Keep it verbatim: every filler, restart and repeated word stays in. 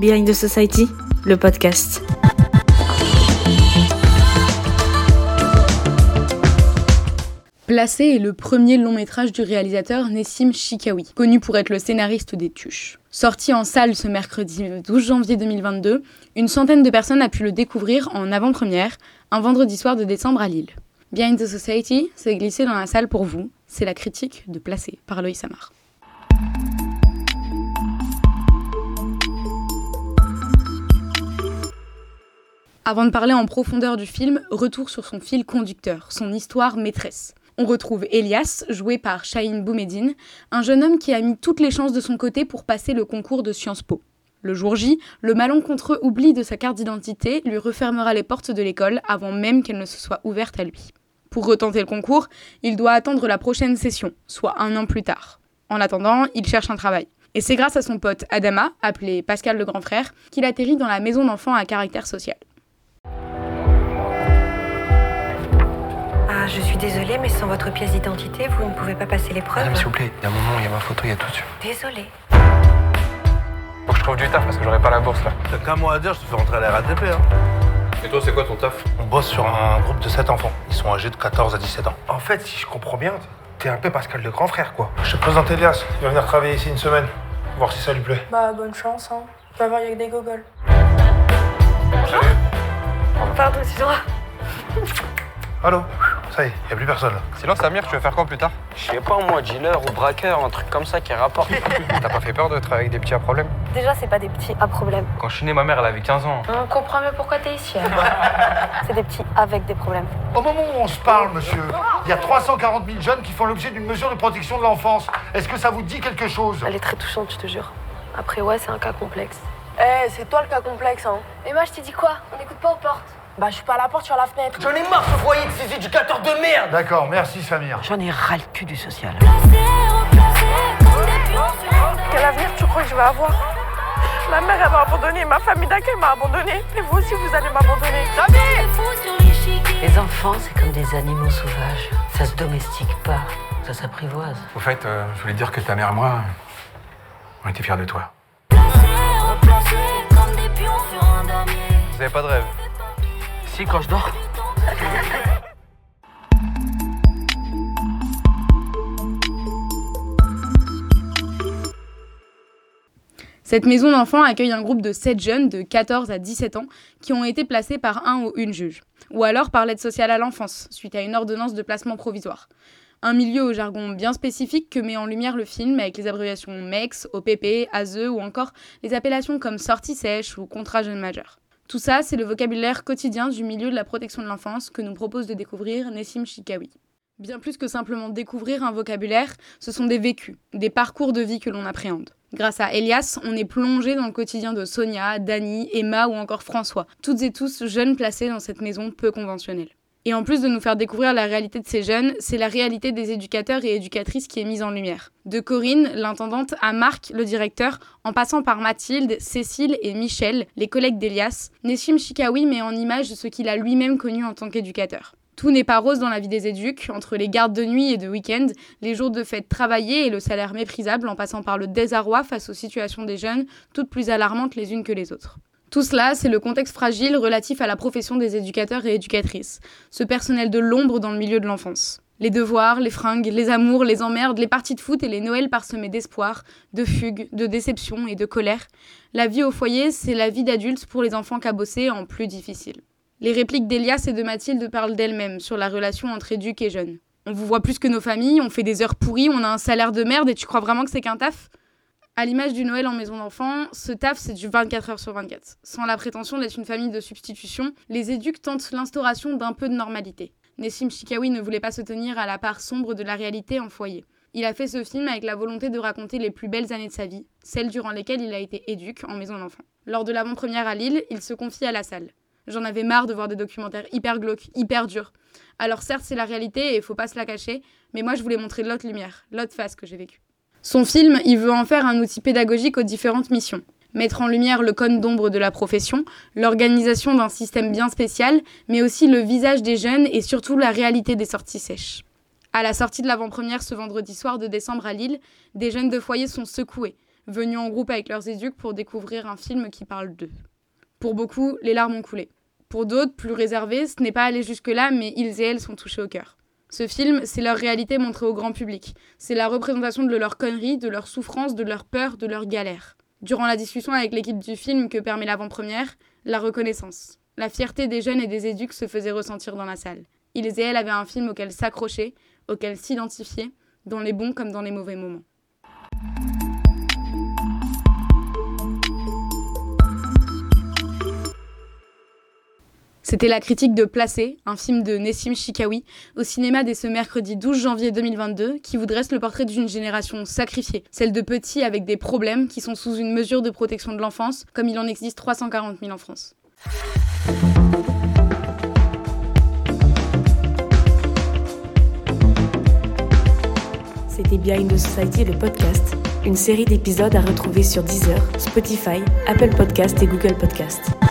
Behind the Society, le podcast. Placé est le premier long métrage du réalisateur Nessim Chikaoui, connu pour être le scénariste des Tuches. Sorti en salle ce mercredi douze janvier deux mille vingt-deux, une centaine de personnes a pu le découvrir en avant-première, un vendredi soir de décembre à Lille. Behind the Society s'est glissé dans la salle pour vous, c'est la critique de Placé par Loïs Samar. Avant de parler en profondeur du film, retour sur son fil conducteur, son histoire maîtresse. On retrouve Elias, joué par Shahin Boumedine, un jeune homme qui a mis toutes les chances de son côté pour passer le concours de Sciences Po. Le jour J, le malencontreux oubli de sa carte d'identité lui refermera les portes de l'école avant même qu'elle ne se soit ouverte à lui. Pour retenter le concours, il doit attendre la prochaine session, soit un an plus tard. En attendant, il cherche un travail. Et c'est grâce à son pote Adama, appelé Pascal le grand frère, qu'il atterrit dans la maison d'enfants à caractère social. Je suis désolée, mais sans votre pièce d'identité, vous ne pouvez pas passer l'épreuve. Madame, s'il vous plaît, il y a mon nom, il y a ma photo, il y a tout dessus. Désolée. Faut que je trouve du taf parce que j'aurai pas la bourse là. T'as qu'un mot à dire, je te fais rentrer à la R A T P. Hein. Et toi, c'est quoi ton taf? On bosse sur un groupe de sept enfants. Ils sont âgés de quatorze à dix-sept ans. En fait, si je comprends bien, t'es un peu Pascal le grand frère quoi. Je te présente Elias, il va venir travailler ici une semaine. Voir si ça lui plaît. Bah, bonne chance, hein. Va voir, il y a que des gogoles. Salut. Pardon, excuse-moi. Allô? Ça y est, y a plus personne là. Sinon, Samir, tu veux faire quoi plus tard? Je sais pas moi, dealer ou braqueur, un truc comme ça qui rapporte. T'as pas fait peur de travailler avec des petits à problème? Déjà, c'est pas des petits à problème. Quand je suis né, ma mère, elle avait quinze ans. On comprend mieux pourquoi t'es ici. C'est des petits avec des problèmes. Au moment où on se parle, monsieur, il y a trois cent quarante mille jeunes qui font l'objet d'une mesure de protection de l'enfance. Est-ce que ça vous dit quelque chose? Elle est très touchante, je te jure. Après, ouais, c'est un cas complexe. Eh, hey, c'est toi le cas complexe, hein. Et moi, je t'ai dit quoi? On n'écoute pas aux portes. Bah, je suis pas à la porte, je suis à la fenêtre. J'en ai marre ce foyer de ces éducateurs de merde. D'accord, merci Samir. J'en ai ras le cul du social. Quel avenir tu crois que je vais avoir? Ma mère, elle m'a abandonné, ma famille d'accueil m'a abandonné. Et vous aussi, vous allez m'abandonner. Les enfants, c'est comme des animaux sauvages. Ça se domestique pas, ça s'apprivoise. Au fait, euh, je voulais dire que ta mère et moi, on était fiers de toi. Vous avez pas de rêve? Si, quand je dors. Cette maison d'enfants accueille un groupe de sept jeunes de quatorze à dix-sept ans qui ont été placés par un ou une juge, ou alors par l'aide sociale à l'enfance, suite à une ordonnance de placement provisoire. Un milieu au jargon bien spécifique que met en lumière le film avec les abréviations M E X, O P P, A S E ou encore les appellations comme sortie sèche ou contrat jeune majeur. Tout ça, c'est le vocabulaire quotidien du milieu de la protection de l'enfance que nous propose de découvrir Nessim Chikaoui. Bien plus que simplement découvrir un vocabulaire, ce sont des vécus, des parcours de vie que l'on appréhende. Grâce à Elias, on est plongé dans le quotidien de Sonia, Dani, Emma ou encore François, toutes et tous jeunes placés dans cette maison peu conventionnelle. Et en plus de nous faire découvrir la réalité de ces jeunes, c'est la réalité des éducateurs et éducatrices qui est mise en lumière. De Corinne, l'intendante, à Marc, le directeur, en passant par Mathilde, Cécile et Michel, les collègues d'Elias, Nessim Chikaoui met en image ce qu'il a lui-même connu en tant qu'éducateur. Tout n'est pas rose dans la vie des éducs, entre les gardes de nuit et de week-end, les jours de fête travaillés et le salaire méprisable en passant par le désarroi face aux situations des jeunes, toutes plus alarmantes les unes que les autres. Tout cela, c'est le contexte fragile relatif à la profession des éducateurs et éducatrices, ce personnel de l'ombre dans le milieu de l'enfance. Les devoirs, les fringues, les amours, les emmerdes, les parties de foot et les Noëls parsemés d'espoir, de fugue, de déception et de colère. La vie au foyer, c'est la vie d'adulte pour les enfants cabossés en plus difficile. Les répliques d'Elias et de Mathilde parlent d'elles-mêmes sur la relation entre éduques et jeunes. On vous voit plus que nos familles, on fait des heures pourries, on a un salaire de merde et tu crois vraiment que c'est qu'un taf ? À l'image du Noël en maison d'enfants, ce taf c'est du vingt-quatre heures sur vingt-quatre. Sans la prétention d'être une famille de substitution, les éduques tentent l'instauration d'un peu de normalité. Nessim Chikaoui ne voulait pas se tenir à la part sombre de la réalité en foyer. Il a fait ce film avec la volonté de raconter les plus belles années de sa vie, celles durant lesquelles il a été éduque en maison d'enfants. Lors de l'avant-première à Lille, il se confie à la salle. J'en avais marre de voir des documentaires hyper glauques, hyper durs. Alors certes c'est la réalité et il faut pas se la cacher, mais moi je voulais montrer l'autre lumière, l'autre face que j'ai vécue. Son film, il veut en faire un outil pédagogique aux différentes missions. Mettre en lumière le cône d'ombre de la profession, l'organisation d'un système bien spécial, mais aussi le visage des jeunes et surtout la réalité des sorties sèches. À la sortie de l'avant-première ce vendredi soir de décembre à Lille, des jeunes de foyer sont secoués. venus en groupe avec leurs éduques pour découvrir un film qui parle d'eux. Pour beaucoup, les larmes ont coulé. Pour d'autres, plus réservés, ce n'est pas allé jusque-là, mais ils et elles sont touchés au cœur. Ce film, c'est leur réalité montrée au grand public. C'est la représentation de leurs conneries, de leurs souffrances, de leurs peurs, de leurs galères. Durant la discussion avec l'équipe du film que permet l'avant-première, la reconnaissance, la fierté des jeunes et des éduques se faisait ressentir dans la salle. Ils et elles avaient un film auquel s'accrocher, auquel s'identifier, dans les bons comme dans les mauvais moments. C'était la critique de Placé, un film de Nessim Chikaoui, au cinéma dès ce mercredi douze janvier deux mille vingt-deux, qui vous dresse le portrait d'une génération sacrifiée, celle de petits avec des problèmes qui sont sous une mesure de protection de l'enfance, comme il en existe trois cent quarante mille en France. C'était Behind the Society, le podcast, une série d'épisodes à retrouver sur Deezer, Spotify, Apple Podcasts et Google Podcasts.